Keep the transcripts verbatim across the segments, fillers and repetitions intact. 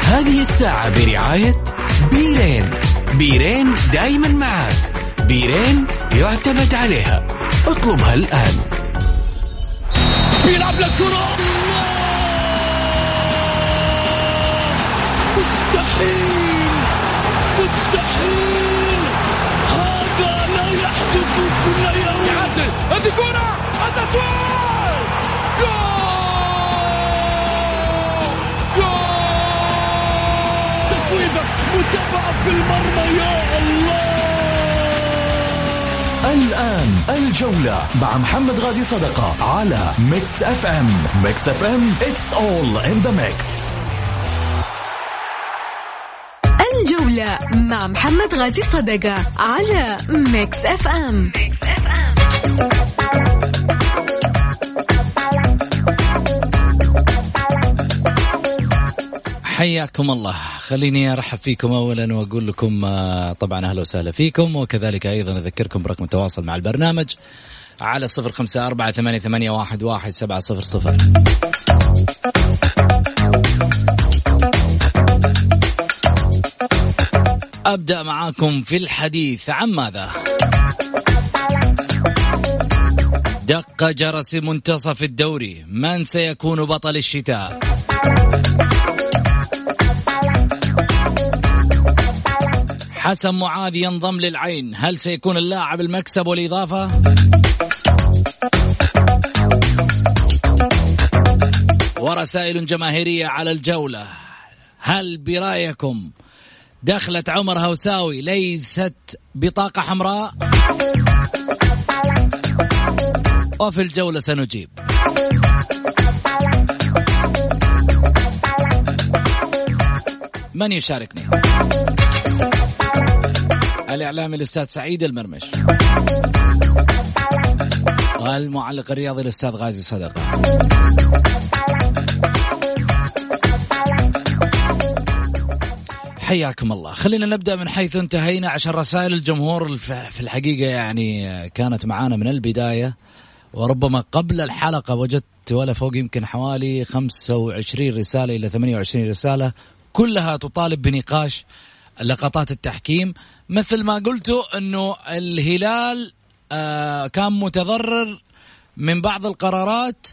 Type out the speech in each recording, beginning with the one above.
هذه الساعة برعاية بيرين. بيرين دايما معك. بيرين يعتمد عليها. اطلبها الآن. بيلعب للكرة، مستحيل مستحيل، هذا لا يحدث كل يوم. يعدل هذه كرة، التسويق، جول جول، تسويبة متابعة في المرمى، يا الله. الآن الجولة مع محمد غازي صدقة على ميكس اف ام. ميكس اف ام it's all in the mix. الجولة مع محمد غازي صدقة على ميكس اف ام. حياكم الله. خليني أرحب فيكم أولا وأقول لكم طبعا أهلا وسهلا فيكم، وكذلك أيضا أذكركم برقم التواصل مع البرنامج على صفر خمسة أربعة ثمانية ثمانية واحد واحد سبعة صفر صفر. أبدأ معاكم في الحديث عن ماذا؟ دق جرس منتصف الدوري، من سيكون بطل الشتاء؟ حسن معاذ ينضم للعين، هل سيكون اللاعب المكسب والإضافة؟ ورسائل جماهيرية على الجولة، هل برأيكم دخلة عمر هوساوي ليست بطاقة حمراء؟ وفي الجولة سنجيب. من يشاركني؟ الإعلامي الأستاذ سعيد المرمش، والمعلق الرياضي الأستاذ غازي صدقة. حياكم الله. خلينا نبدأ من حيث انتهينا عشان رسائل الجمهور في الحقيقة يعني كانت معانا من البداية، وربما قبل الحلقة وجدت ولا فوق يمكن حوالي خمسة وعشرين رسالة إلى ثمانية وعشرين رسالة، كلها تطالب بنقاش لقطات التحكيم. مثل ما قلتوا أنه الهلال آه كان متضرر من بعض القرارات،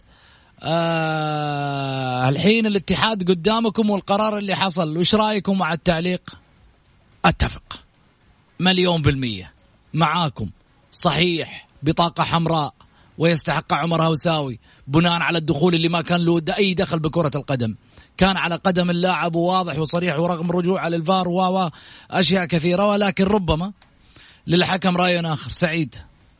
آه الحين الاتحاد قدامكم والقرار اللي حصل، وش رأيكم مع التعليق؟ أتفق مليون بالمية معاكم، صحيح بطاقة حمراء ويستحق عمر هوساوي بناء على الدخول اللي ما كان له أي دخل بكرة القدم، كان على قدم اللاعب واضح وصريح ورغم رجوع على الفار وأشياء كثيرة، ولكن ربما للحكم رأي آخر. سعيد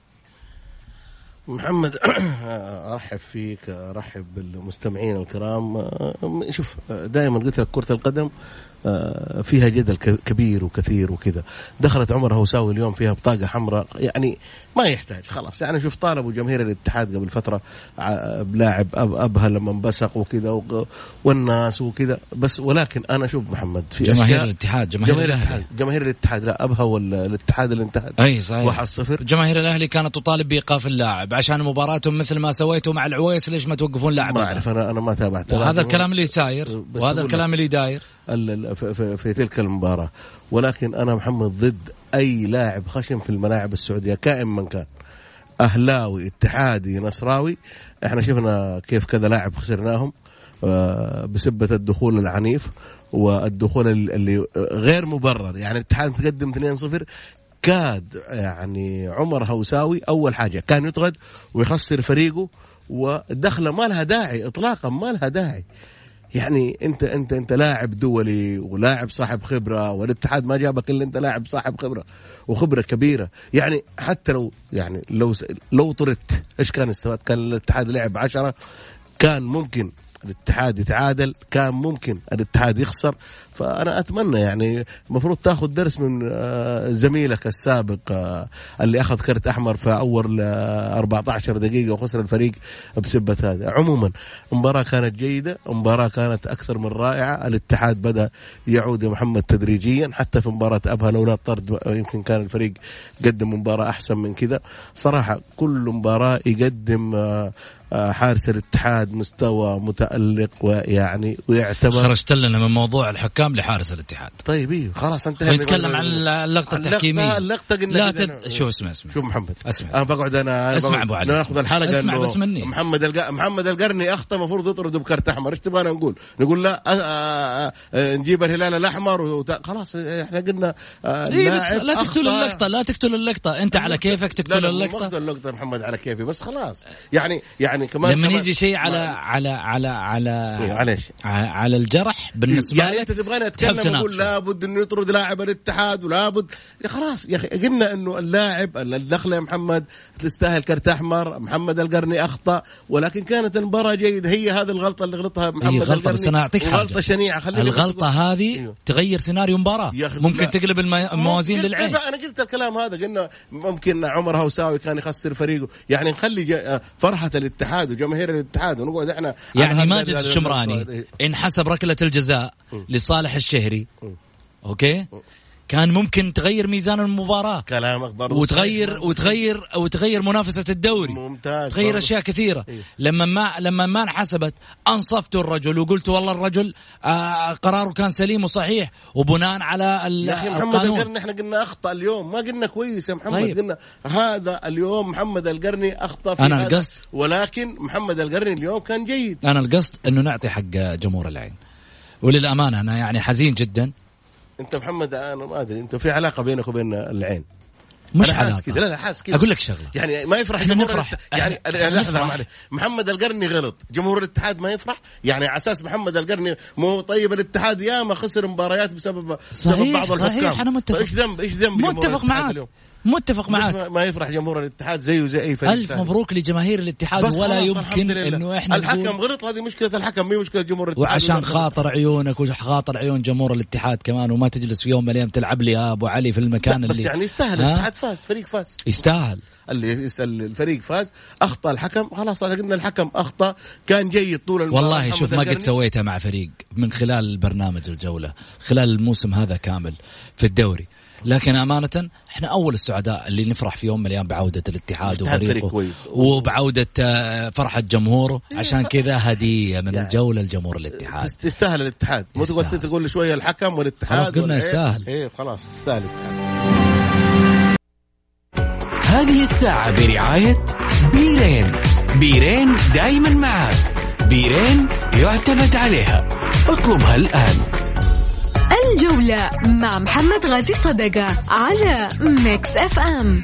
محمد أرحب فيك، أرحب بالمستمعين الكرام. شوف دائما قلت لك كرة القدم فيها جدل كبير وكثير وكذا. دخلت عمر هوساوي اليوم فيها بطاقة حمراء، يعني ما يحتاج خلاص. يعني شوف طالبوا جماهير الاتحاد قبل فترة بلاعب أبها لما انبسق وكذا والناس وكذا، بس ولكن أنا شوف محمد في جماهير الاتحاد جماهير, جماهير الاتحاد جماهير الاتحاد لا أبها ولا الاتحاد اللي انتهت أي صحيح واحد صفر. جماهير الأهلي كانت تطالب بإيقاف اللاعب عشان مباراتهم مثل ما سويتوا مع العويس، ليش ما توقفون لاعب؟ ما أعرف أنا أنا ما تابعت هذا الكلام اللي ساير وهذا الكلام اللي داير في, في تلك المباراة. ولكن أنا محمد ضد أي لاعب خشم في الملاعب السعودية كائن من كان، أهلاوي اتحادي نصراوي. احنا شفنا كيف كذا لاعب خسرناهم بسبة الدخول العنيف والدخول اللي غير مبرر. يعني الاتحاد تقدم اثنين صفر، كاد يعني عمر هوساوي أول حاجة كان يطرد ويخسر فريقه، ودخله ما لها داعي إطلاقا، ما لها داعي. يعني انت انت انت لاعب دولي ولاعب صاحب خبره، والاتحاد ما جابك الا انت لاعب صاحب خبره وخبره كبيره. يعني حتى لو يعني لو لو طردت ايش كان استفاد؟ كان الاتحاد لعب عشرة، كان ممكن الاتحاد يتعادل، كان ممكن الاتحاد يخسر. فأنا أتمنى يعني المفروض تأخذ درس من زميلك السابق اللي أخذ كرت أحمر في أول أربعة عشر دقيقة وخسر الفريق بسبة هذا. عموما مباراة كانت جيدة، مباراة كانت أكثر من رائعة. الاتحاد بدأ يعود يا محمد تدريجيا، حتى في مباراة أبها لولا الطرد يمكن كان الفريق قدم مباراة أحسن من كذا. صراحة كل مباراة يقدم حارس الاتحاد مستوى متألق ويعني ويعتبر. خرجت لنا من موضوع الحكام لحارس الاتحاد. طيب إيه خلاص انتهى. نتكلم عن اللقطة التحكيمية. اللقطة لا تد... شو اسمه اسمه شو محمد اسمع. أنا بقعد أنا, أنا اسمع أبو علي ناخذ الحلقة اسمع بس مني. محمد الق... محمد القرني أخطأ مفروض يطرد بكرت أحمر. إيش تبغانا نقول؟ نقول لا أ... أ... أ... نجيب الهلال الأحمر وت... خلاص إحنا قلنا إيه بس لا تقتل اللقطة لا تقتل اللقطة أنت على كيفك تقتل اللقطة. لا لا اللقطة محمد على كيفي بس خلاص يعني يعني كمان لما كمان يجي شيء على على على على إيه على, على الجرح بالنسبة يعني لك أنت تبغاني أتكلم أقول لابد إنه يطرد لاعب الاتحاد ولابد خلاص يا أخي قلنا إنه اللاعب الدخلة يا محمد تستاهل كرت أحمر. محمد القرني أخطأ ولكن كانت المباراة جيدة. هي هذه الغلطة اللي غلطها محمد غلطة القرني بس أنا أعطيك حاجة غلطة شنيعة. الغلطة هذه أيوه. تغير سيناريو مباراة ممكن تقلب الموازين للعين. أنا قلت الكلام هذا قلنا ممكن عمر هوساوي كان يخسر فريقه يعني نخلي فرحة الاتحاد وجماهير الاتحاد ونقعد إحنا يعني ماجد الشمراني انحسب ركلة الجزاء لصالح الشهري أوكي كان ممكن تغير ميزان المباراة كلامك برضو وتغير وتغير وتغير منافسة الدوري ممتاز تغير برضو. أشياء كثيرة إيه؟ لما ما لما ما انحسبت أنصفتوا الرجل وقلت والله الرجل آه قراره كان سليم وصحيح وبناء على يا أخي محمد القرني احنا قلنا أخطأ اليوم ما قلنا كويس يا محمد. طيب. قلنا هذا اليوم محمد القرني أخطأ في أنا هذا القصد ولكن محمد القرني اليوم كان جيد. أنا القصد إنه نعطي حق جمهور العين وللأمانة أنا يعني حزين جدا. انت محمد انا ما ادري انت في علاقه بينك وبين العين مش أنا علاقه كده. لا لا حاس كده اقول لك شغله يعني ما يفرح احنا نفرح الت... يعني لحظه معلش محمد القرني غلط جمهور الاتحاد ما يفرح يعني على اساس محمد القرني مو طيب الاتحاد ياما خسر مباريات بسبب صحيح بسبب بعض الحكام. صحيح انا متفق. ايش ذنب ايش ذنب متفق معاك متفق معاك ما يفرح جمهور الاتحاد زيه زي اي فريق. الف مبروك لجماهير الاتحاد ولا يمكن انه احنا الحكم غلط. هذه مشكله الحكم مو مشكله جمهور الاتحاد وعشان خاطر عيونك وخاطر عيون جمهور الاتحاد كمان وما تجلس في يوم مليان تلعب لي يا ابو علي في المكان اللي بس يعني يستاهل الاتحاد فاز فريق فاز يستاهل اللي الفريق فاز اخطا الحكم خلاص قلنا الحكم اخطا كان جيد طول المباراه. والله شوف ما قد سويتها مع فريق من خلال برنامج الجوله خلال الموسم هذا كامل في الدوري لكن أمانة إحنا أول السعداء اللي نفرح في يوم مليان بعودة الاتحاد وفريقه وبعودة فرحة جمهوره. عشان كذا هدية من يعني الجولة لجمهور الاتحاد. تستاهل الاتحاد مو تقول تقول شوية الحكم والاتحاد خلاص قلنا يستاهل. إيه خلاص تستاهل الاتحاد. هذه الساعة برعاية بيرين. بيرين دايما معك. بيرين يعتمد عليها. اطلبها الآن. الجولة مع محمد غازي صدقة على ميكس اف ام.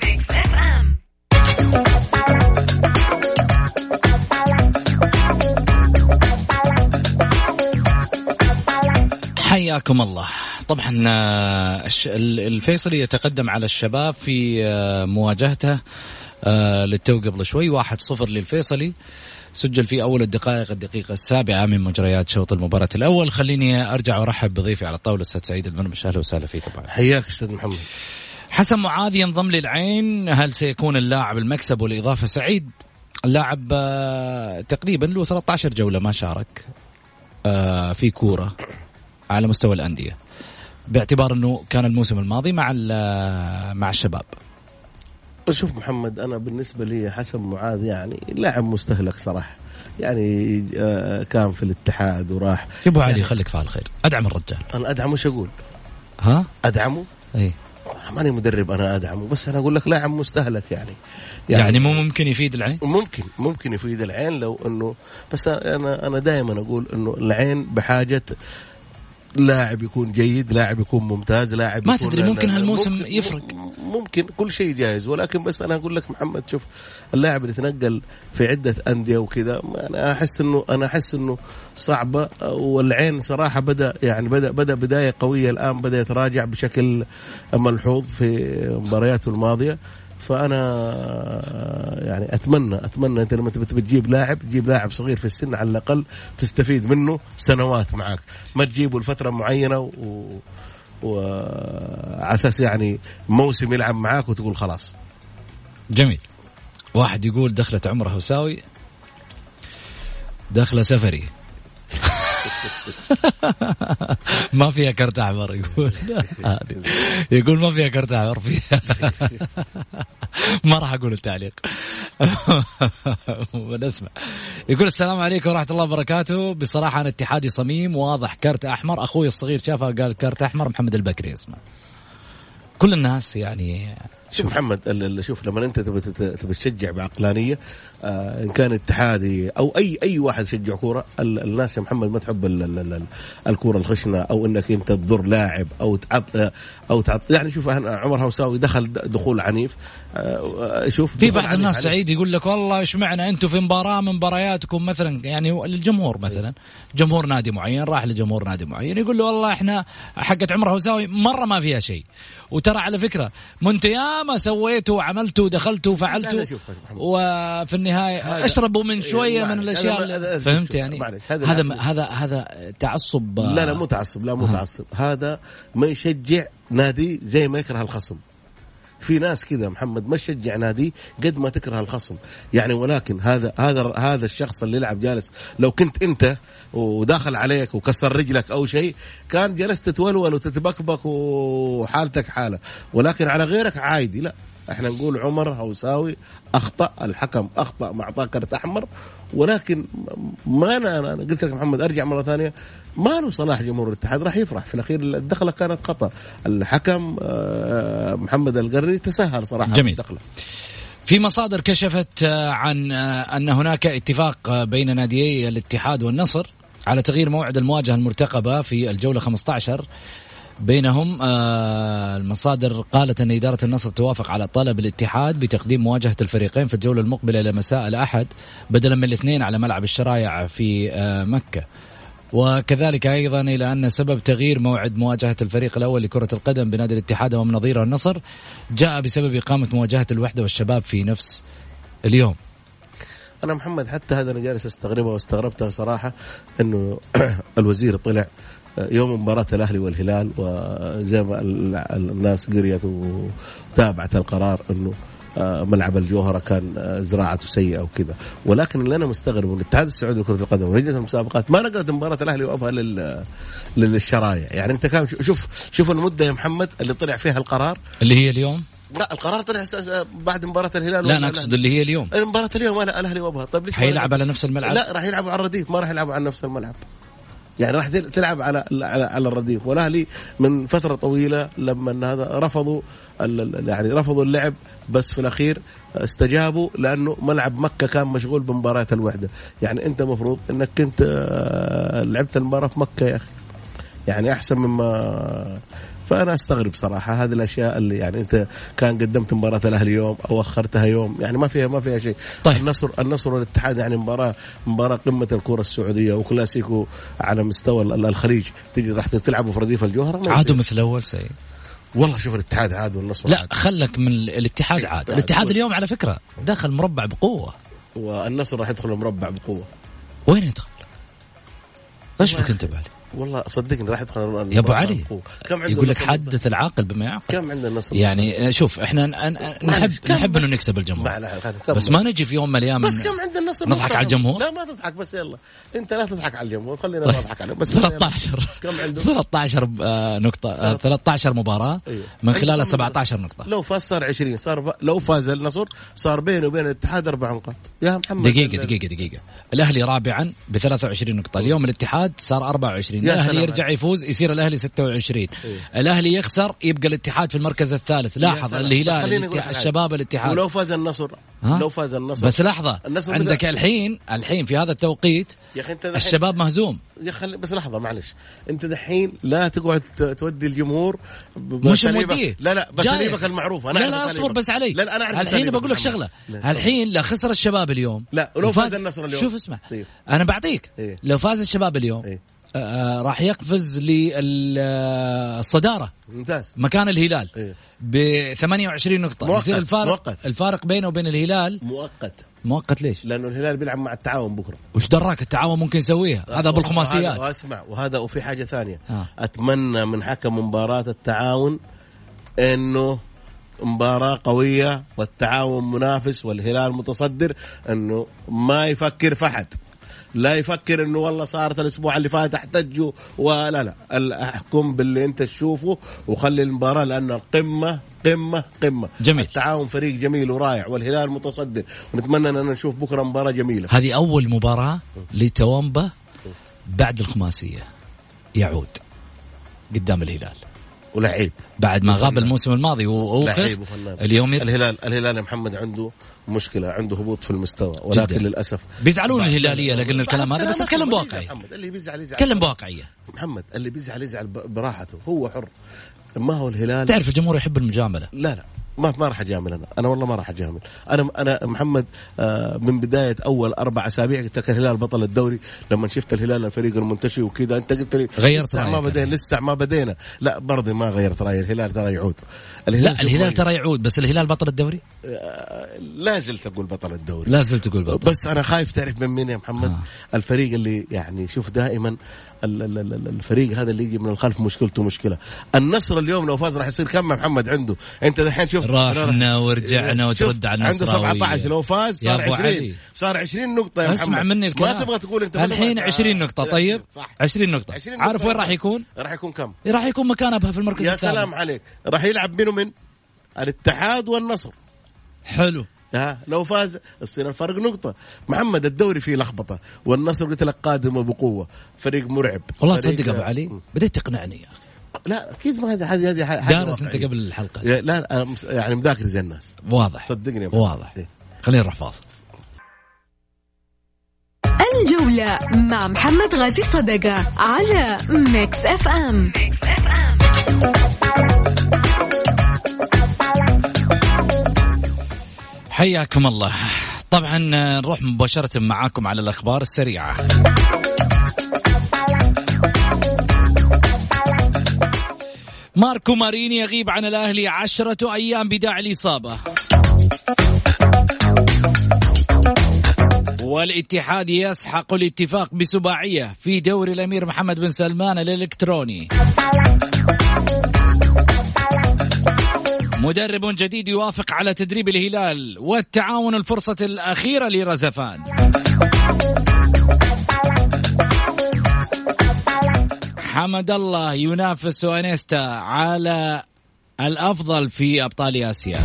حياكم الله. طبعا الفيصلي يتقدم على الشباب في مواجهته للتو قبل شوي واحد صفر للفيصلي سجل في أول الدقائق الدقيقة السابعة من مجريات شوط المباراة الأول. خليني أرجع وأرحب بضيفي على الطاولة أستاذ سعيد المرمش. أهلا وسهلا فيك. حياك أستاذ محمد. حسن معاذ ينضم للعين. هل سيكون اللاعب المكسب والإضافة؟ سعيد اللاعب تقريبا له ثلاثة عشر جولة ما شارك في كورة على مستوى الأندية باعتبار أنه كان الموسم الماضي مع مع الشباب. شوف محمد أنا بالنسبة لي حسن معاذ يعني لاعب مستهلك صراحة يعني كان في الاتحاد وراح. يا أبو علي يعني خليك فعل خير أدعم الرجال. أنا أدعمه وش أقول ها أدعمه إيه ماني مدرب أنا أدعمه بس أنا أقول لك لاعب مستهلك يعني يعني, يعني مو ممكن يفيد العين. ممكن ممكن يفيد العين لو إنه بس أنا أنا دائما أقول إنه العين بحاجة لاعب يكون جيد لاعب يكون ممتاز لاعب ما تدري ممكن هالموسم ممكن يفرق ممكن كل شيء جاهز ولكن بس أنا أقول لك محمد شوف اللاعب اللي تنقل في عدة أندية وكذا أنا أحس إنه أنا أحس إنه صعبة والعين صراحة بدأ يعني بدأ بدأ بداية قوية الآن بدأ يتراجع بشكل ملحوظ في مبارياته الماضية. فأنا يعني أتمنى أتمنى أنت لما تبي تجيب لاعب تجيب لاعب صغير في السن على الأقل تستفيد منه سنوات معك ما تجيبه لفترة معينة و... وعلى أساس يعني موسم يلعب معاك وتقول خلاص. جميل. واحد يقول دخلت عمره هوساوي دخلة سفري ما فيها كرت أحمر يقول. يقول ما فيها كرت أحمر فيها. ما راح أقول التعليق. ونسمع. يقول السلام عليكم ورحمة الله وبركاته. بصراحة أنا اتحادي صميم واضح كرت أحمر. أخوي الصغير شافها قال كرت أحمر. محمد البكري اسمه. كل الناس يعني شوف محمد، شوف لما انت تبي تبي تشجع بعقلانيه، آه ان كان اتحادي او اي اي واحد يشجع كوره، الناس يا محمد ما تحب الكوره الخشنه، او انك انت تضر لاعب او تعط او تعط يعني. شوف عمر هوساوي دخل دخول عنيف. آه شوف في بعض الناس عنيف. سعيد يقول لك والله ايش معنى انتم في مباراه من مبارياتكم مثلا، يعني الجمهور مثلا جمهور نادي معين راح لجمهور نادي معين يقول له والله احنا حقت عمر هوساوي مره ما فيها شيء، وترى على فكره منت ياما سويتوا وعملتوا ودخلتوا وفعلتوا، وفي النهايه اشربوا من شويه من الاشياء اللي فهمت يعني. هذا هذا هذا تعصب. لا لا مو تعصب، لا مو تعصب. هذا ما يشجع نادي زي ما يكره الخصم. في ناس كذا محمد ما تشجع نادي قد ما تكره الخصم يعني. ولكن هذا هذا هذا الشخص اللي يلعب جالس، لو كنت انت وداخل عليك وكسر رجلك او شيء كان جلست تتولول وتتبكبك وحالتك حاله، ولكن على غيرك عادي. لا، احنا نقول عمر هوساوي اخطا، الحكم اخطا ما اعطاه كرت احمر. ولكن ما انا انا قلت لك محمد ارجع مره ثانيه، ما له صلاح جمهور الاتحاد راح يفرح في الاخير. الدخله كانت خطا، الحكم محمد القرني تسهل صراحه. جميل. الدخله في مصادر كشفت عن أن هناك اتفاق بين ناديي الاتحاد والنصر على تغيير موعد المواجهة المرتقبة في الجولة خمسة عشر بينهم. المصادر قالت أن إدارة النصر توافق على طلب الاتحاد بتقديم مواجهة الفريقين في الجولة المقبلة إلى مساء الأحد بدلا من الاثنين على ملعب الشرايع في مكة. وكذلك أيضا إلى أن سبب تغيير موعد مواجهة الفريق الأول لكرة القدم بنادي الاتحاد ومن نظيره النصر جاء بسبب إقامة مواجهة الوحدة والشباب في نفس اليوم. أنا محمد حتى هذا أنا جالس استغربها واستغربتها صراحة، إنه الوزير طلع يوم مباراة الأهلي والهلال وزي ما الناس قريت وتابعت القرار إنه ملعب الجوهرة كان زراعته سيئة وكذا. ولكن اللي أنا مستغرب من الاتحاد السعودي لكرة القدم ولجنة المسابقات ما نقلت مباراة الأهلي وأبها لل للشرايع. يعني أنت كان شوف شوف المدة يا محمد اللي طلع فيها القرار اللي هي اليوم. لا القرار طلع بعد مباراة الهلال. لا أنا أقصد اللي هي اليوم. مباراة اليوم الأهلي وأبها. طيب ليش حيلعب على نفس الملعب؟ لا راح يلعبوا على الرديف، ما راح يلعبوا على نفس الملعب. يعني راح تلعب على على على الرديف. والأهلي من فترة طويلة لما هذا رفضوا يعني رفضوا اللعب، بس في الأخير استجابوا لأنه ملعب مكة كان مشغول بمباراة الوحدة. يعني أنت مفروض أنك كنت لعبت المباراة في مكة يا أخي، يعني أحسن مما. فأنا أستغرب صراحة هذه الأشياء اللي يعني أنت كان قدمت مباراة الأهلي يوم أو أخرتها يوم، يعني ما فيها ما فيها شيء. طيب. النصر النصر والاتحاد يعني مباراة مباراة قمة الكرة السعودية وكلاسيكو على مستوى الخليج، تيجي راح تلعبوا في رديف الجوهرة عادوا مثل أول سيء. والله شوف الاتحاد عاد والنصر لا عاد. خلك من الاتحاد عاد. الاتحاد اليوم على فكرة دخل مربع بقوة، والنصر راح يدخل مربع بقوة. وين يدخل؟ ايش بك انت بعلي؟ والله صدقني راح يدخل يا ابو علي. يقول لك حدث العاقل بما يعقل. كم عندنا النصر؟ يعني شوف احنا نحب نحب انه نكسب الجمهور، بس ما نجي في يوم مليان. بس كم عندنا النصر نضحك على الجمهور؟ لا ما تضحك، بس يلا انت لا تضحك على الجمهور، خلينا نضحك عليه. بس ثلاثة عشر كم عنده؟ ثلاثة عشر نقطة، ثلاثة عشر مباراة من خلالها سبعة عشر نقطة. لو فاز صار عشرين، صار لو فاز النصر صار بينه وبين الاتحاد أربع نقاط يا محمد. دقيقة دقيقة دقيقة الأهلي رابعا بثلاثة وعشرين نقطة، اليوم الاتحاد صار أربعة وعشرين. الأهلي يرجع يفوز يصير الأهلي ستة وعشرين. إيه؟ الأهلي يخسر يبقى الاتحاد في المركز الثالث. لاحظ الهلال الشباب الاتحاد. ولو فاز النصر ها؟ لو فاز النصر بس لحظة عندك الحين الحين في هذا التوقيت الشباب مهزوم يا خلي. بس لحظة معلش، أنت دحين لا تقعد تودي الجمهور مش موديه. لا لا بساليبك المعروفة. أنا لا لا أصبر بس علي. لا أنا أعرف الحين بقول لك شغلة. الحين لا خسر الشباب اليوم. لا ولو فاز النصر اليوم. شوف اسمع إيه؟ أنا بعطيك إيه؟ لو فاز الشباب اليوم إيه؟ آه راح يقفز للصدارة ممتاز مكان الهلال إيه؟ ب ثمانية وعشرين نقطة. يصير الفارق مؤقت. الفارق بينه وبين الهلال مؤقت. مؤقت ليش؟ لأنه الهلال بيلعب مع التعاون بكرة. وش دراك التعاون ممكن يسويها؟ هذا بالخماسيات. واسمع وهذا وفي حاجة ثانية آه. أتمنى من حكم مباراة التعاون إنه مباراة قوية والتعاون منافس والهلال متصدر، إنه ما يفكر في أحد، لا يفكر انه والله صارت الاسبوع اللي فات احتجوا ولا لا. احكم باللي انت تشوفه وخلي المباراه، لان القمه قمه قمه. جميل. التعاون فريق جميل ورائع والهلال متصدر، ونتمنى ان نشوف بكره مباراه جميله. هذه اول مباراه لتوامبا بعد الخماسيه يعود قدام الهلال، ولعيب بعد ما غاب الموسم الماضي وأوقف. اليوم يرت... الهلال الهلال يا محمد عنده مشكلة، عنده هبوط في المستوى، ولكن جداً. للأسف بيزعلون الهلالية لقلنا الكلام هذا، بس اتكلم بواقعية. اللي بيزعل يزعل، اتكلم بواقعية محمد، اللي بيزعل يزعل براحته، هو حر. ما هو الهلال، تعرف الجمهور يحب المجاملة. لا لا ما ما راح اجامل انا انا والله ما راح اجامل انا انا محمد. آه من بدايه اول اربع اسابيع قلت لك الهلال بطل الدوري. لما شفت الهلال الفريق المنتشي وكذا انت قلت لي غيرت لسه ما بدينا لسه ما بدينا لا برضه ما غيرت رايي. الهلال ترى يعود. الهلال لا الهلال ترى يعود، بس الهلال بطل الدوري. آه لا زلت اقول بطل الدوري، لا زلت اقول بطل. بس انا خايف تعرف من مين يا محمد؟ آه. الفريق اللي يعني شوف دائما الفريق هذا اللي يجي من الخلف مشكلته مشكلة. النصر اليوم لو فاز راح يصير كم محمد عنده؟ انت الحين شوف رحنا ورجعنا وترد على النصر عنده سبعة عشر، لو فاز صار عشرين، صار عشرين نقطة يا محمد. اسمع مني الكلام، ما تبغى تقول انت الحين عشرين نقطة. طيب عشرين نقطة، عارف وين راح يكون؟ راح يكون كم؟ راح يكون مكانه في المركز يا الثالث. سلام عليك. راح يلعب منه من الاتحاد والنصر. حلو. ها لو فاز يصير الفرق نقطة. محمد الدوري فيه لخبطة، والنصر قلت لك قادم بقوة، فريق مرعب. والله تصدق أبو علي بديت تقنعني يا أخي. لا أكيد ما هذه هذه هذه دارس أنت قبل الحلقة. لا يعني مذاكر زي الناس. واضح صدقني واضح. إيه؟ خلينا نروح فاصل. الجولة مع محمد غازي صدقة على ميكس اف ام. حياكم الله. طبعا نروح مباشرة معاكم على الأخبار السريعة. ماركو ماريني يغيب عن الأهلي عشرة أيام بداعي الإصابة. والاتحاد يسحق الاتفاق بسباعية في دوري الأمير محمد بن سلمان الإلكتروني. مدرب جديد يوافق على تدريب الهلال، والتعاون الفرصة الأخيرة لرزفان. حمد الله ينافس أنيستا على الأفضل في أبطال آسيا.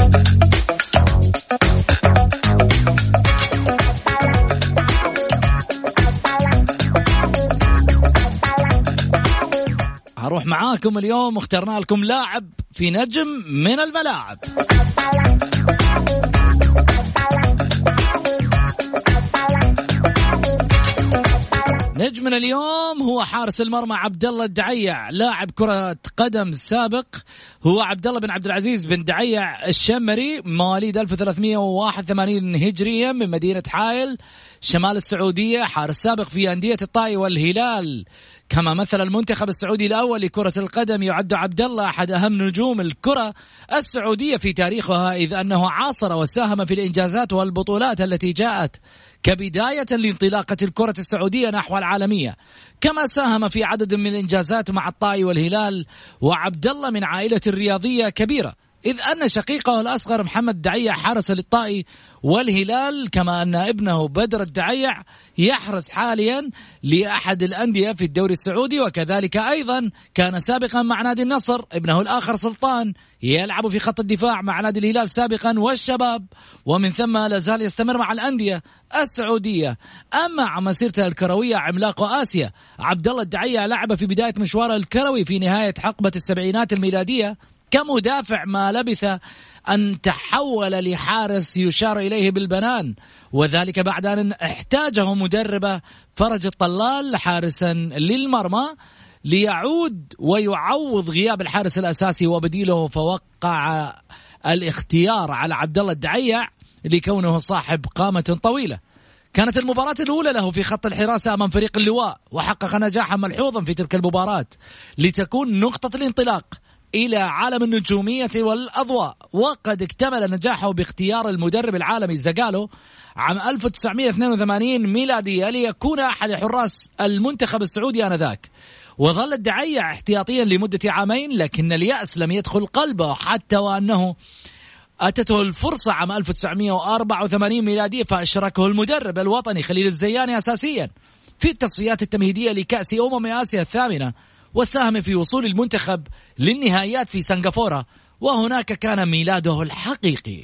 هروح معاكم اليوم، اخترنا لكم لاعب في نجم من الملاعب. نجمنا اليوم هو حارس المرمى عبد الله الدعيع، لاعب كرة قدم سابق. هو عبد الله بن عبد العزيز بن دعيع الشمري، مواليد ألف وثلاثمائة وواحد وثمانين هجريا من مدينة حائل شمال السعودية. حارس سابق في أندية الطائي والهلال، كما مثل المنتخب السعودي الأول لكرة القدم. يعد عبد الله أحد أهم نجوم الكرة السعودية في تاريخها، إذ أنه عاصر وساهم في الإنجازات والبطولات التي جاءت كبداية لانطلاقة الكرة السعودية نحو العالمية، كما ساهم في عدد من الإنجازات مع الطائي والهلال. وعبد الله من عائلة رياضية كبيرة، إذ أن شقيقه الأصغر محمد الدعيع حارس للطائي والهلال، كما أن ابنه بدر الدعيع يحرس حاليا لأحد الأندية في الدوري السعودي. وكذلك أيضا كان سابقا مع نادي النصر. ابنه الآخر سلطان يلعب في خط الدفاع مع نادي الهلال سابقا والشباب، ومن ثم لازال يستمر مع الأندية السعودية. أما عن مسيرته الكروية، عملاق آسيا عبد الله الدعيع لعب في بداية مشواره الكروي في نهاية حقبة السبعينات الميلادية كمدافع، ما لبث أن تحول لحارس يشار إليه بالبنان، وذلك بعد أن احتاجه مدربه فرج الطلال حارسا للمرمى ليعود ويعوض غياب الحارس الأساسي وبديله، فوقع الاختيار على عبد الله الدعيع لكونه صاحب قامة طويلة. كانت المباراة الأولى له في خط الحراسة أمام فريق اللواء، وحقق نجاحا ملحوظا في تلك المباراة لتكون نقطة الانطلاق إلى عالم النجومية والأضواء. وقد اكتمل نجاحه باختيار المدرب العالمي زاغالو عام ألف وتسعمائة واثنين وثمانين ميلادية ليكون أحد حراس المنتخب السعودي آنذاك. وظل الدعيع احتياطيا لمدة عامين، لكن اليأس لم يدخل قلبه، حتى وأنه أتته الفرصة عام ألف وتسعمائة وأربعة وثمانين ميلادية فأشركه المدرب الوطني خليل الزياني أساسيا في التصفيات التمهيدية لكأس أمم آسيا الثامنة، وساهم في وصول المنتخب للنهائيات في سنغافورة، وهناك كان ميلاده الحقيقي.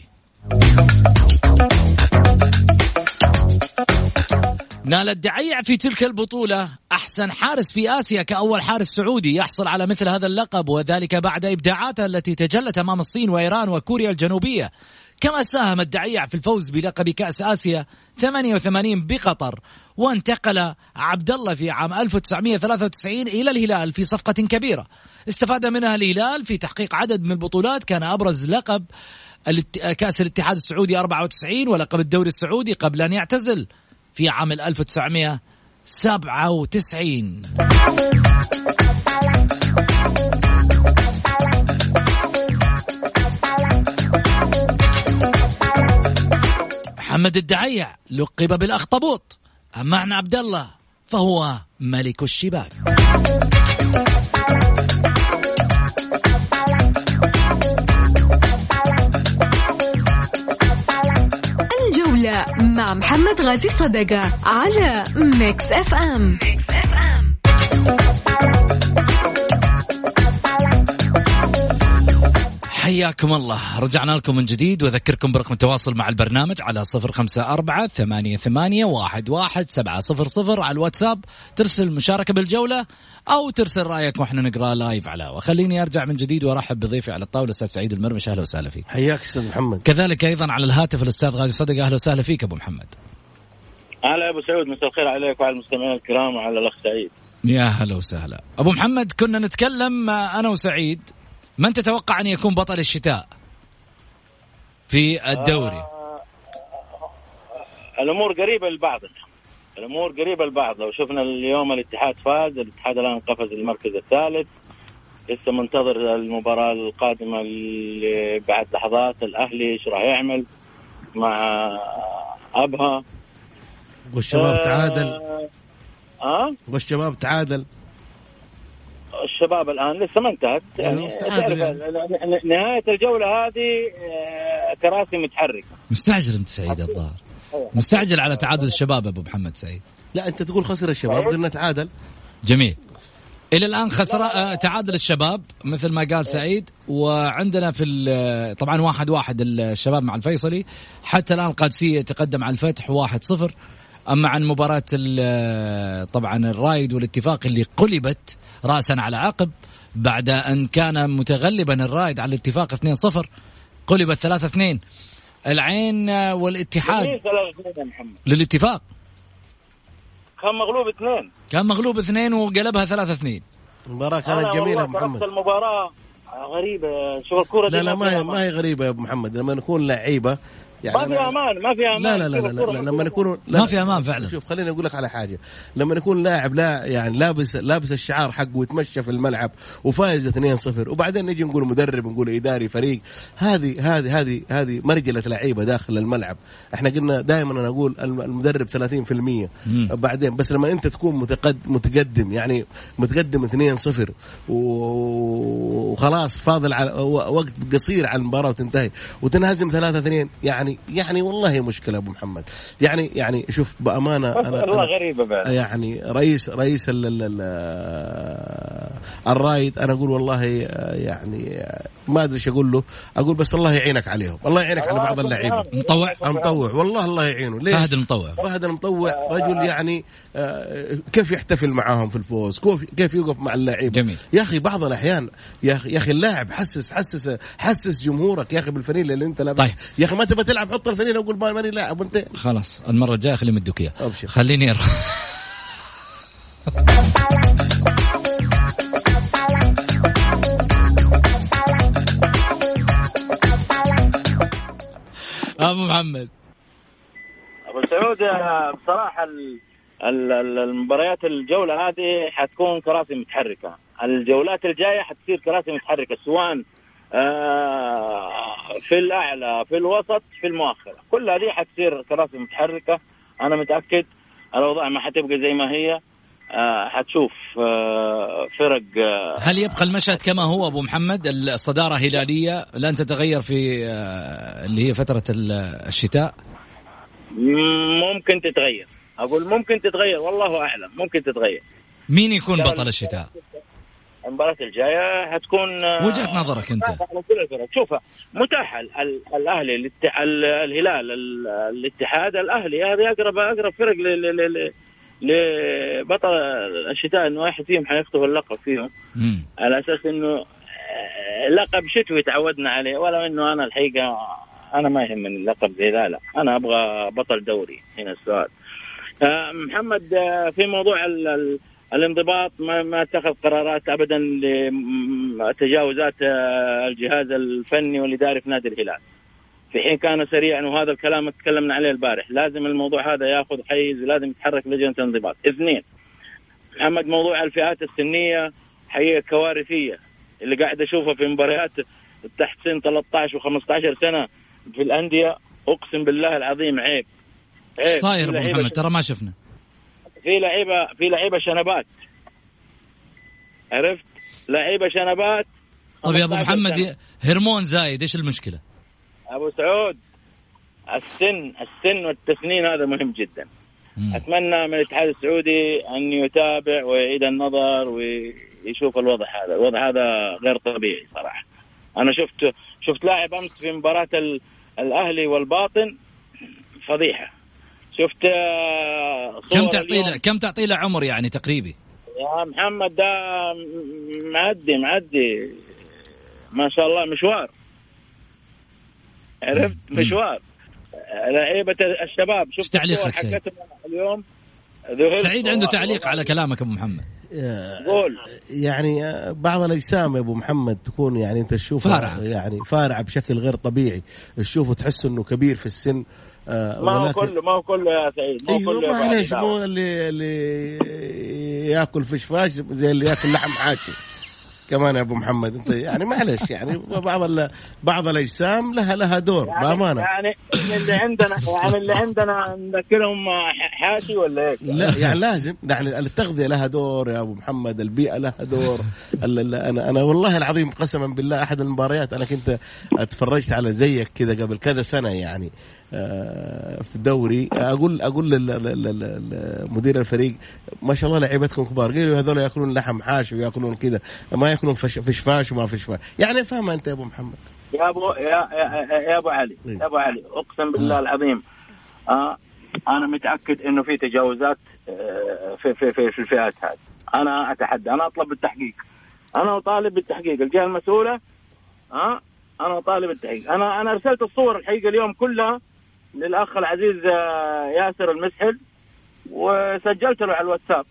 نال الدعيع في تلك البطولة أحسن حارس في آسيا كأول حارس سعودي يحصل على مثل هذا اللقب، وذلك بعد إبداعاته التي تجلت أمام الصين وإيران وكوريا الجنوبية. كما ساهم الدعيع في الفوز بلقب كأس آسيا ثمانية وثمانين بقطر. وانتقل عبد الله في عام ألف وتسعمائة وثلاثة وتسعين إلى الهلال في صفقة كبيرة استفاد منها الهلال في تحقيق عدد من البطولات، كان أبرز لقب كأس الاتحاد السعودي أربعة وتسعين ولقب الدوري السعودي قبل أن يعتزل في عام ألف وتسعمائة وسبعة وتسعين. محمد الدعيع لقب بالأخطبوط، أما عن عبد الله فهو ملك الشباك. الجولة مع محمد غازي صدقة على ميكس اف ام. حياكم الله، رجعنا لكم من جديد، وذكركم برقم التواصل مع البرنامج على صفر خمسة أربعة ثمانية ثمانية واحد واحد سبعة صفر صفر. على الواتساب ترسل مشاركة بالجولة أو ترسل رأيك وإحنا نقرأ لايف على. وخليني أرجع من جديد وأرحب بضيفي على الطاولة الأستاذ سعيد المرمش، أهلا وسهلا فيك. حياك أستاذ محمد. كذلك أيضا على الهاتف الأستاذ غازي صدقة، أهلا وسهلا فيك أبو محمد. أهلا أبو سعود، مساء الخير عليك وعلى المستمعين الكرام وعلى الأخ سعيد. يا هلا وسهلا أبو محمد. كنا نتكلم أنا وسعيد من تتوقع أن يكون بطل الشتاء في الدوري؟ آه الأمور قريبة لبعض، الأمور قريبة لبعض. لو شفنا اليوم الاتحاد فاز، الاتحاد الآن قفز المركز الثالث، لسه منتظر المباراة القادمة اللي بعد لحظات. الأهلي إيش راح يعمل مع أبها؟ والشباب تعادل. آه والشباب تعادل. الشباب الآن لسه ما انتهت، يعني تعرف يعني. نهاية الجولة هذه كراسي متحركة. مستعجل أنت سعيد الظاهر، مستعجل على تعادل الشباب أبو محمد سعيد. لا أنت تقول خسر الشباب، قلنا تعادل. جميل. إلى الآن خسر تعادل الشباب مثل ما قال سعيد، وعندنا في طبعا واحد واحد الشباب مع الفيصلي، حتى الآن القادسية يتقدم على الفتح واحد صفر. أما عن مباراة طبعا الرايد والاتفاق اللي قلبت رأسا على عقب بعد أن كان متغلبا الرايد على الاتفاق اثنين صفر، قلبت ثلاثة اثنين. العين والاتحاد للاتفاق كان مغلوب اثنين، كان مغلوب اثنين وقلبها ثلاثة اثنين. المباراة كانت جميلة محمد. المباراة غريبة، شوف الكرة لا لا ما هي ما هي غريبة يا أبو محمد. لما نكون لعيبة يعني ما في امان، ما في امان. لا لا لا, لا, لا, لا لما نكون ما في امان فعلا. شوف خليني اقول لك على حاجه، لما نكون لاعب لا يعني لابس لابس الشعار حقه ويتمشى في الملعب وفايز اثنين صفر، وبعدين نجي نقول مدرب، نقول اداري فريق، هذه هذه هذه هذه مرجله لعيبه داخل الملعب. احنا قلنا دائما انا اقول المدرب ثلاثين بالمئة بعدين، بس لما انت تكون متقدم متقدم يعني متقدم اثنين صفر وخلاص فاضل على وقت قصير على المباراه وتنتهي وتنهزم ثلاثة اثنين، يعني يعني والله مشكلة أبو محمد. يعني يعني شوف بأمانة أنا والله غريبة بعد. يعني رئيس رئيس ال ال ال الرايد أنا أقول والله يعني ما أدري إيش أقول له، أقول بس الله يعينك عليهم، الله يعينك على بعض اللاعبين. مطوع مطوع والله الله يعينه. ليش؟ فهد المطوع فهد المطوع رجل يعني كيف يحتفل معاهم في الفوز، كيف يوقف مع اللاعبين. يا أخي بعض الأحيان يا أخي يا أخي اللاعب حسس حسس حسس جمهورك يا أخي بالفريق اللي أنت لابس. طيب. يا أخي ما تبغى تلعب حط الفريق وقول ما ماني لاعب وانت خلاص المرة الجاية خلي مدوك إياه. أبشر. خليني أروح. أبو محمد. أبو سعود بصراحة المباريات الجولة هذه حتكون كراسي متحركة، الجولات الجاية حتصير كراسي متحركة، سواء في الأعلى في الوسط في المؤخرة، كل هذه حتصير كراسي متحركة. أنا متأكد الأوضاع ما حتبقى زي ما هي. آه حتشوف آه فرق. آه هل يبقى المشهد كما هو أبو محمد؟ الصدارة هلالية لن تتغير في آه اللي هي فترة الشتاء؟ ممكن تتغير، أقول ممكن تتغير، والله أعلم ممكن تتغير. مين يكون بطل الشتاء؟ المباراة الجاية هتكون وجهة نظرك أنت. شوفها متاحة الأهلي الاتح... الهلال الاتحاد الأهلي هذه أقرب أقرب فرق ل... ل... ل... لبطل الشتاء، إنه واحد فيهم حيخطف اللقب فيهم مم. على أساس إنه لقب شتوي تعودنا عليه، ولو إنه أنا الحقيقة أنا ما يهمني اللقب زي ذا، لا أنا أبغى بطل دوري. هنا السؤال محمد في موضوع ال... الانضباط، ما ما اتخذ قرارات ابدا لتجاوزات الجهاز الفني والاداري في نادي الهلال، في حين كان سريعا، وهذا الكلام تكلمنا عليه البارح. لازم الموضوع هذا ياخذ حيز، لازم يتحرك لجنه انضباط. اثنين، محمد موضوع الفئات السنيه حقيقه كوارثيه اللي قاعد اشوفها في مباريات تحت سن ثلاثة عشر وخمسة عشر سنه في الانديه، اقسم بالله العظيم عيب عيب. صاير ابو محمد ترى ما شفنا في لعيبه في لعيبه شنبات، عرفت؟ لعيبه شنبات. طيب يا ابو محمد هرمون زايد، ايش المشكله؟ ابو سعود السن السن والتسنين هذا مهم جدا. مم. اتمنى من الاتحاد السعودي ان يتابع ويعيد النظر ويشوف الوضع هذا، الوضع هذا غير طبيعي صراحه. انا شفت شفت لاعب امس في مباراه الاهلي والباطن فضيحه. شفت كم تعطي له كم تعطي له عمر يعني تقريبي يا محمد؟ ده معدي معدي ما شاء الله مشوار، عرفت؟ مشوار لعيبه الشباب. شفت تعليقك سعيد اليوم؟ سعيد عنده تعليق على كلامك ابو محمد. قول. يعني بعض الاجسام يا ابو محمد تكون يعني انت تشوفها يعني فارعه بشكل غير طبيعي، تشوفه تحس انه كبير في السن. آه ما هو كله ما هو كله يا سعيد، ما هو كله. معليش، مو اللي اللي ياكل فشفاش زي اللي ياكل لحم حاشي كمان يا ابو محمد. انت يعني معليش، يعني بعض بعض الاجسام لها لها دور يعني بامانه. يعني اللي عندنا يعني اللي عندنا نذكرهم حاشي ولا ايش؟ لا يعني لازم، يعني التغذيه لها دور يا ابو محمد، البيئه لها دور. انا انا والله العظيم قسما بالله احد المباريات انا كنت اتفرجت على زيك كذا قبل كذا سنه يعني في دوري، اقول اقول لمدير الفريق ما شاء الله لعيبتكم كبار، قالوا هذول ياكلون لحم حاشي وياكلون كذا، ما ياكلون فشفاش وما فشفاش. يعني فاهم انت يا ابو محمد؟ يا ابو يا يا, يا ابو علي يا ابو علي اقسم بالله العظيم آه انا متاكد انه في تجاوزات آه في في في, في الفئات هذه. انا اتحدى، انا اطلب بالتحقيق، انا اطالب بالتحقيق الجهه المسؤوله. اه انا اطالب بالتحقيق. انا انا ارسلت الصور الحقيقه اليوم كلها للأخ العزيز ياسر المسحل، وسجلت له على الواتساب.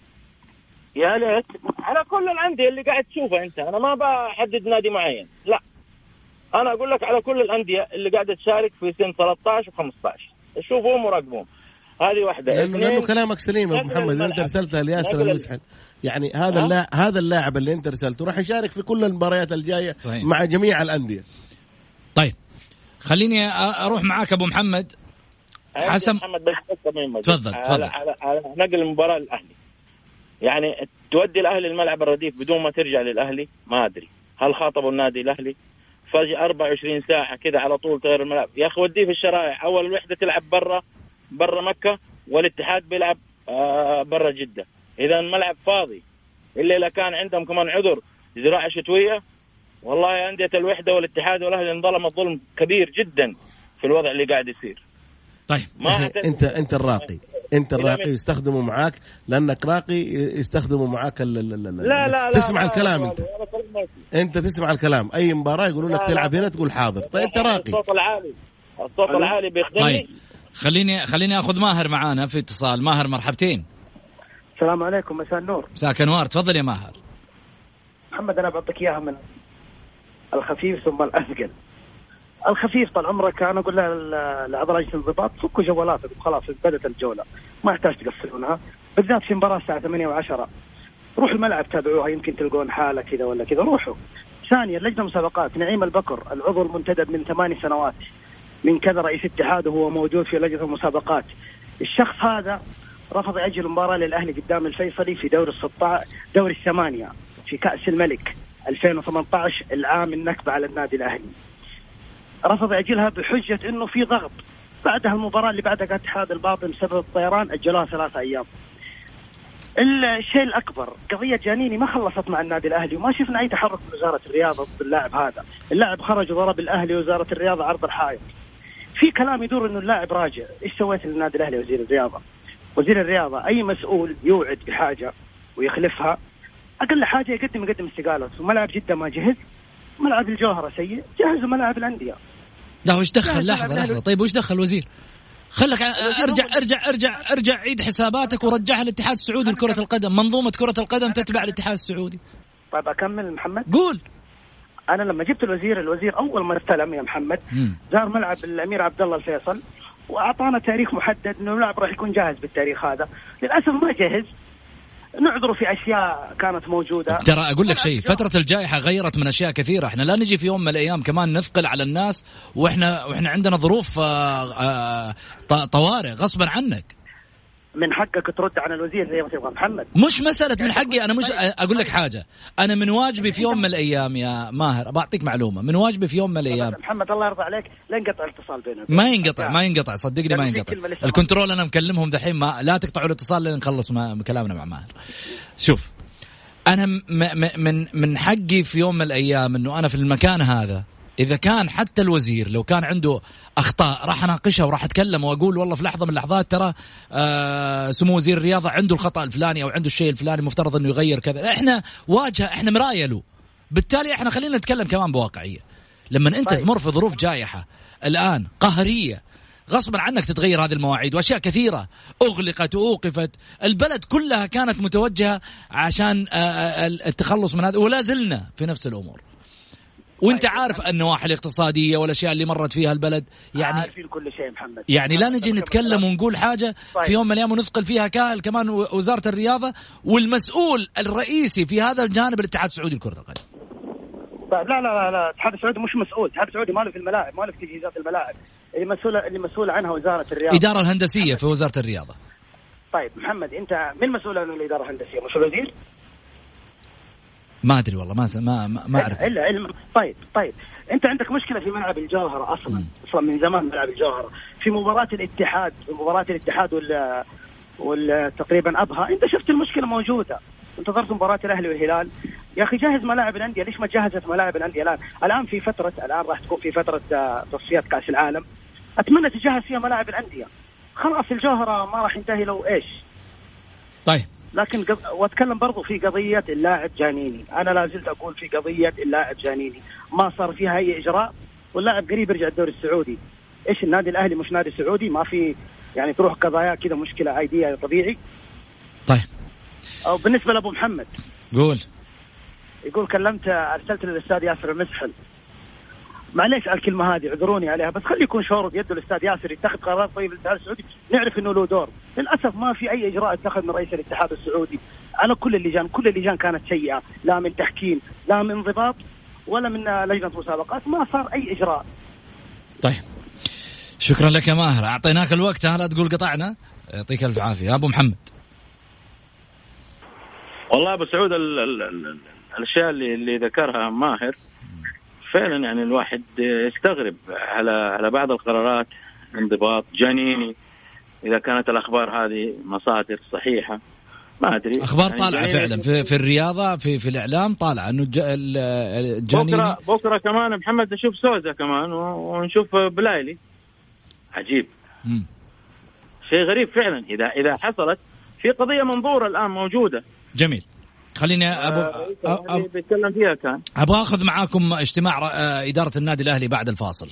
يا ليت على كل الأندية اللي قاعد تشوفها أنت، أنا ما بحدد نادي معين، لا أنا أقول لك على كل الأندية اللي قاعدة تشارك في سن ثلاثة عشر وخمسة عشر، شوفوهم وراقبوهم. هذه واحدة. لأنه, لأنه كلامك سليم يا أبو محمد. أنت رسلتها لياسر المسحل، يعني هذا اللاعب هذا اللاعب اللي أنت رسلته راح يشارك في كل المباريات الجاية صحيح. مع جميع الأندية. طيب خليني أروح معاك أبو محمد حسن. تفضل تفضل. على, على, على نقل المباراة للأهلي، يعني تودي الأهلي الملعب الرديف بدون ما ترجع للأهلي، ما أدري هل خاطبوا النادي الأهلي؟ فجأة أربعة وعشرين ساعة كده على طول تغير الملعب. يا أخي وديه في الشرائع، أول الوحدة تلعب برا برا مكة، والاتحاد بيلعب آه برا جدة. إذا الملعب فاضي، إلا إذا كان عندهم كمان عذر زراعة شتوية. والله أندية الوحدة والاتحاد والأهلي انظلم الظلم كبير جدا في الوضع اللي قاعد يصير. طيب ما انت انت الراقي انت الراقي يستخدموا معاك لانك راقي، يستخدموا معاك لا لا لا تسمع لا الكلام. لا انت انت تسمع الكلام، اي مباراه يقولوا لك تلعب هنا تقول حاضر. طيب انت راقي. الصوت العالي الصوت العالي بيخدمني. طيب خليني خليني اخذ ماهر معانا في اتصال. ماهر مرحبتين. السلام عليكم. مساء النور. مساك انوار. تفضل يا ماهر. محمد انا بعطيك اياها من الخفيف ثم الأثقل. الخفيف طال عمرك أنا أقول لأعضاء لجنة الانضباط فكوا جوالاتكم خلاص بدأت الجولة، ما يحتاج تقفلونها، بالذات في مباراة الساعة ثمانية وعشرة. روحوا الملعب تابعوها، يمكن تلقون حالة كذا ولا كذا، روحوا. ثانيا لجنة مسابقات نعيم البكر العضو المنتدب من ثماني سنوات من كذا رئيس اتحاد وهو موجود في لجنة المسابقات. الشخص هذا رفض يأجل المباراة للأهلي قدام الفيصلي في دور الستة دور الثمانية في كأس الملك ألفين وثمانية عشر العام النكبة على النادي الأهلي. رفض يأجلها بحجة إنه في ضغط. بعدها المباراة اللي بعدها اتحاد الباطن بسبب الطيران أجلوها ثلاثة أيام. الشيء الأكبر قضية جانيني ما خلصت مع النادي الأهلي، وما شفنا أي تحرك من وزارة الرياضة ضد اللاعب هذا. اللاعب خرج وضرب الأهلي وزارة الرياضة عرض الحائط. في كلام يدور إنه اللاعب راجع. إيش سويت للنادي الأهلي وزير الرياضة؟ وزير الرياضة أي مسؤول يوعد بحاجة ويخلفها أقل حاجة يقدم يقدم استقالته. وملعب جدة ما جهز، ملعب الجوهرة سيء، جهزوا ملعب الأندية. لا وش دخل؟ لحظة لحظة طيب وش دخل وزير؟ خلك ارجع ارجع ارجع ارجع عيد حساباتك ورجعها للاتحاد السعودي لكرة القدم. منظومة كرة القدم تتبع الاتحاد السعودي. طيب أكمل محمد. قول. أنا لما جبت الوزير الوزير أول ما استلم يا محمد زار ملعب الأمير عبد الله الفيصل وأعطانا تاريخ محدد إنه اللاعب راح يكون جاهز بالتاريخ هذا. للأسف ما جهز. نعذره في أشياء كانت موجودة. ترى أقول لك شيء، فترة الجائحة غيرت من أشياء كثيرة. إحنا لا نجي في يوم من الأيام كمان نثقل على الناس وإحنا وإحنا عندنا ظروف طوارئ غصبا عنك. من حقك ترد عن الوزير زي ما تبغى محمد. مش مسألة من حقي أنا. مش أقول لك حاجة، أنا من واجبي في يوم من الأيام يا ماهر بعطيك معلومة، من واجبي في يوم من الأيام محمد الله يرضى عليك لا ينقطع الاتصال بيننا. ما ينقطع ما ينقطع صدقني ما ينقطع. الكنترول أنا مكلمهم دحين ما لا تقطعوا الاتصال لين نخلص كلامنا مع ماهر. شوف أنا من من حقي في يوم من الأيام إنه أنا في المكان هذا إذا كان حتى الوزير لو كان عنده أخطاء راح أناقشها وراح أتكلم وأقول والله في لحظة من اللحظات ترى آه سمو وزير الرياضة عنده الخطأ الفلاني أو عنده الشيء الفلاني مفترض إنه يغير كذا. إحنا واجهة إحنا مراية له، بالتالي إحنا خلينا نتكلم كمان بواقعية. لما أنت تمر في ظروف جائحة الآن قهرية غصبا عنك تتغير هذه المواعيد وأشياء كثيرة أغلقت وأوقفت. البلد كلها كانت متوجهة عشان آه التخلص من هذا ولا زلنا في نفس الأمور. وانت عارف النواحي الاقتصادية والاشياء اللي مرت فيها البلد يعني عارفين كل شيء محمد. يعني لا نجي نتكلم ونقول حاجة في يوم من الايام ونثقل فيها كاهل كمان وزارة الرياضة والمسؤول الرئيسي في هذا الجانب الاتحاد السعودي لكرة القدم. طيب لا لا لا الاتحاد السعودي مش مسؤول. الاتحاد السعودي ماله في الملاعب، ماله في تجهيزات الملاعب. اللي مسؤول اللي مسؤول عنها وزارة الرياضة، الإدارة الهندسية في وزارة الرياضة. طيب محمد انت من مسؤول عن الإدارة الهندسية؟ مش الوزير؟ ما أدري والله ما ما ما أعرف. إلا علم. طيب طيب أنت عندك مشكلة في ملعب الجوهرة أصلا م. أصلا من زمان ملعب الجوهرة في مباراة الاتحاد مباراة الاتحاد وال والتقريبا أبها أنت شفت المشكلة موجودة. انتظرت مباراة الأهلي والهلال يا أخي جهز ملاعب الأندية. ليش ما جهزت ملاعب الأندية الآن؟ الآن في فترة الآن راح تكون في فترة تصفيات كأس العالم أتمنى تجهز فيها ملاعب الأندية. خلاص الجوهرة ما راح ينتهي لو إيش. طيب لكن واتكلم برضو في قضية اللاعب جانيني. أنا لا زلت أقول في قضية اللاعب جانيني ما صار فيها أي إجراء واللاعب قريب يرجع الدوري السعودي. إيش النادي الأهلي مش نادي سعودي؟ ما في يعني تروح قضايا كذا مشكلة عادية طبيعي. طيب أو بالنسبة لأبو محمد قول. يقول كلمت أرسلت للأستاذ ياسر المسحل. معليش على الكلمة هذه اعذروني عليها بس خلي يكون شعور بيده الأستاذ ياسر يتخذ قرارات طيب الاتحاد السعودي نعرف إنه له دور. للأسف ما في أي إجراء اتخذ من رئيس الاتحاد السعودي على كل اللجان. كل اللجان كانت سيئة لا من تحكيم لا من انضباط ولا من لجنة مسابقات. ما صار أي إجراء. طيب شكرا لك يا ماهر أعطيناك الوقت لا تقول قطعنا. يعطيك الف عافية. أبو محمد. والله أبو سعود ال ال ال الأشياء اللي, اللي ذكرها ماهر فعلا يعني الواحد يستغرب على على بعض القرارات. انضباط جانيني إذا كانت الأخبار هذه مصادر صحيحة ما أدري. أخبار يعني طالعة فعلا في في الرياضة في في الإعلام طالعة إنه الجانيني. بكرة بكرة كمان محمد نشوف سوزة كمان ونشوف بلايلي. عجيب. مم. شيء غريب فعلا إذا إذا حصلت في قضية منظورة الآن موجودة. جميل. خليني أبو أبو بيتكلم فيها كان أبغى أخذ معاكم اجتماع إدارة النادي الأهلي بعد الفاصل.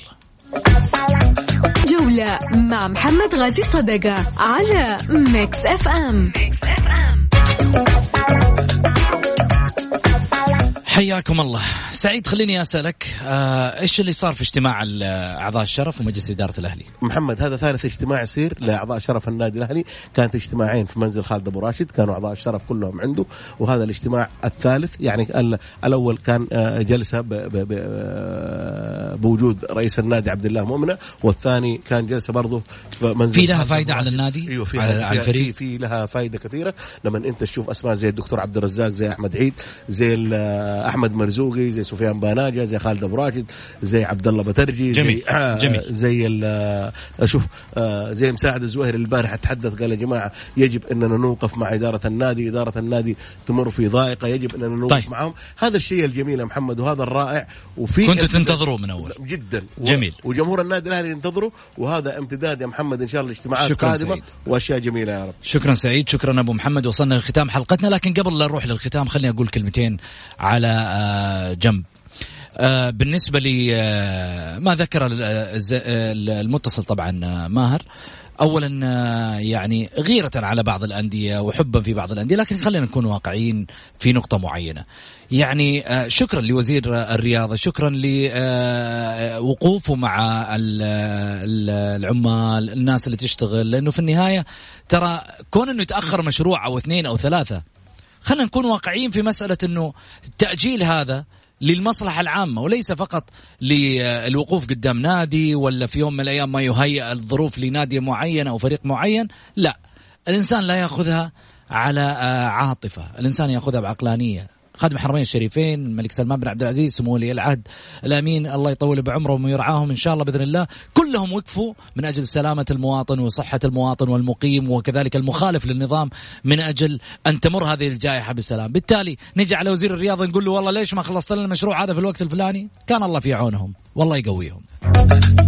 جولة مع محمد غازي صدقة على ميكس اف ام. حياكم الله. سعيد خليني أسألك آه إيش اللي صار في اجتماع أعضاء الشرف ومجلس إدارة الأهلي؟ محمد هذا ثالث اجتماع يصير لأعضاء شرف النادي الأهلي، كانت اجتماعين في منزل خالد أبو راشد كانوا أعضاء الشرف كلهم عنده، وهذا الاجتماع الثالث. يعني الأول كان جلسة بوجود رئيس النادي عبد الله مؤمنة، والثاني كان جلسة برضه في منزل. في لها فائدة على النادي؟ أيوه في على الفريق. في, في لها فائدة كثيرة لما أنت تشوف أسماء زي الدكتور عبد الرزاق، زي أحمد عيد، زي أحمد مرزوقي، زي سفيان باناجة، زي خالد أبو راشد، زي عبد الله بترجي، جميل. زي آه جميل. زي اشوف آه زي مساعد الزوهري البارح تحدث قال يا جماعه يجب اننا نوقف مع اداره النادي، اداره النادي تمر في ضائقه، يجب اننا نوقف طيب. معهم. هذا الشيء الجميل يا محمد وهذا الرائع، وفي كنتوا تنتظروه من اول جدا جميل، وجمهور النادي الاهلي ينتظره، وهذا امتداد يا محمد ان شاء الله اجتماعات قادمه واشياء جميله يا رب. شكرا سعيد، شكرا ابو محمد. وصلنا لختام حلقتنا، لكن قبل لا نروح للختام خليني اقول كلمتين على جنب. آه بالنسبة لي آه ما ذكر المتصل طبعا ماهر، أولا آه يعني غيرة على بعض الأندية وحبا في بعض الأندية، لكن خلينا نكون واقعيين في نقطة معينة. يعني آه شكرا لوزير الرياضة، شكرا لوقوفه مع العمال، الناس اللي تشتغل، لأنه في النهاية ترى كون أنه يتأخر مشروع أو اثنين أو ثلاثة، خلينا نكون واقعيين في مسألة أنه التأجيل هذا للمصلحة العامة وليس فقط للوقوف قدام نادي ولا في يوم من الأيام ما يهيئ الظروف لنادي معين أو فريق معين. لا، الإنسان لا يأخذها على عاطفة، الإنسان يأخذها بعقلانية. خادم الحرمين الشريفين الملك سلمان بن عبد العزيز سمو ولي العهد الأمين الله يطول بعمرهم ويرعاهم إن شاء الله بإذن الله، كلهم وقفوا من أجل سلامة المواطن وصحة المواطن والمقيم وكذلك المخالف للنظام من أجل أن تمر هذه الجائحة بسلام. بالتالي نجي على وزير الرياضة نقول له والله ليش ما خلصت لنا المشروع هذا في الوقت الفلاني؟ كان الله في عونهم والله يقويهم.